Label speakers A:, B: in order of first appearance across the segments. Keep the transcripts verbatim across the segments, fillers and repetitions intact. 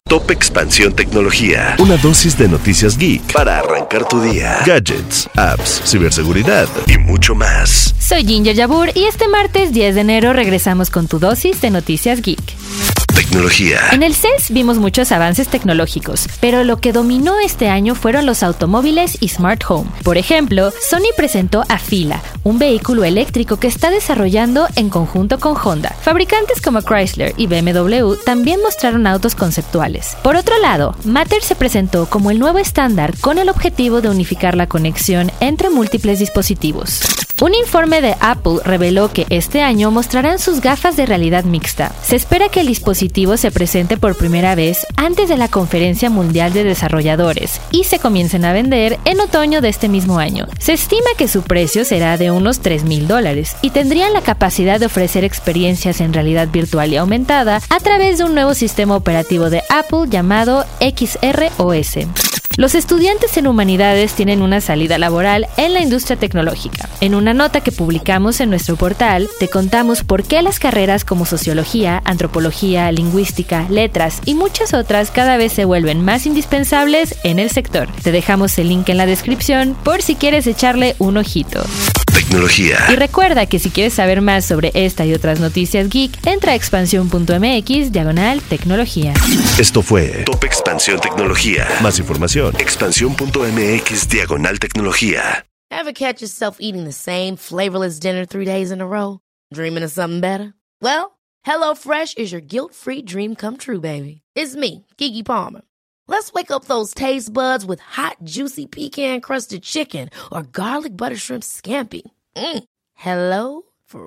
A: Top Expansión Tecnología. Una dosis de noticias geek para arrancar tu día. Gadgets, apps, ciberseguridad y mucho más.
B: Soy Ginger Yabur y este martes diez de enero regresamos con tu dosis de noticias geek.
A: Tecnología.
B: En el C E S vimos muchos avances tecnológicos, pero lo que dominó este año fueron los automóviles y smart home. Por ejemplo, Sony presentó Afeela, un vehículo eléctrico que está desarrollando en conjunto con Honda. Fabricantes como Chrysler y B M W también mostraron autos conceptuales. Por otro lado, Matter se presentó como el nuevo estándar con el objetivo de unificar la conexión entre múltiples dispositivos. Un informe de Apple reveló que este año mostrarán sus gafas de realidad mixta. Se espera que el dispositivo se presente por primera vez antes de la Conferencia Mundial de Desarrolladores y se comiencen a vender en otoño de este mismo año. Se estima que su precio será de unos tres mil dólares y tendrían la capacidad de ofrecer experiencias en realidad virtual y aumentada a través de un nuevo sistema operativo de Apple llamado X R O S. Los estudiantes en humanidades tienen una salida laboral en la industria tecnológica. En una nota que publicamos en nuestro portal, te contamos por qué las carreras como sociología, antropología, lingüística, letras y muchas otras cada vez se vuelven más indispensables en el sector. Te dejamos el link en la descripción por si quieres echarle un ojito.
A: Tecnología.
B: Y recuerda que si quieres saber más sobre esta y otras noticias geek, entra a expansión.mx diagonal tecnología.
A: Esto fue Top Expansión Tecnología. Más información, expansión.mx diagonal tecnología.
C: Ever catch yourself eating the same flavorless dinner three days in a row? Dreaming of something better? Well, HelloFresh is your guilt-free dream come true, baby. It's me, Keke Palmer. Let's wake up those taste buds with hot, juicy pecan-crusted chicken or garlic butter shrimp scampi. Mm. Hello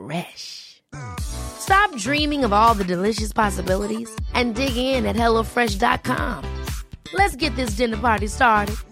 C: Fresh. Stop dreaming of all the delicious possibilities and dig in at hello fresh dot com. Let's get this dinner party started.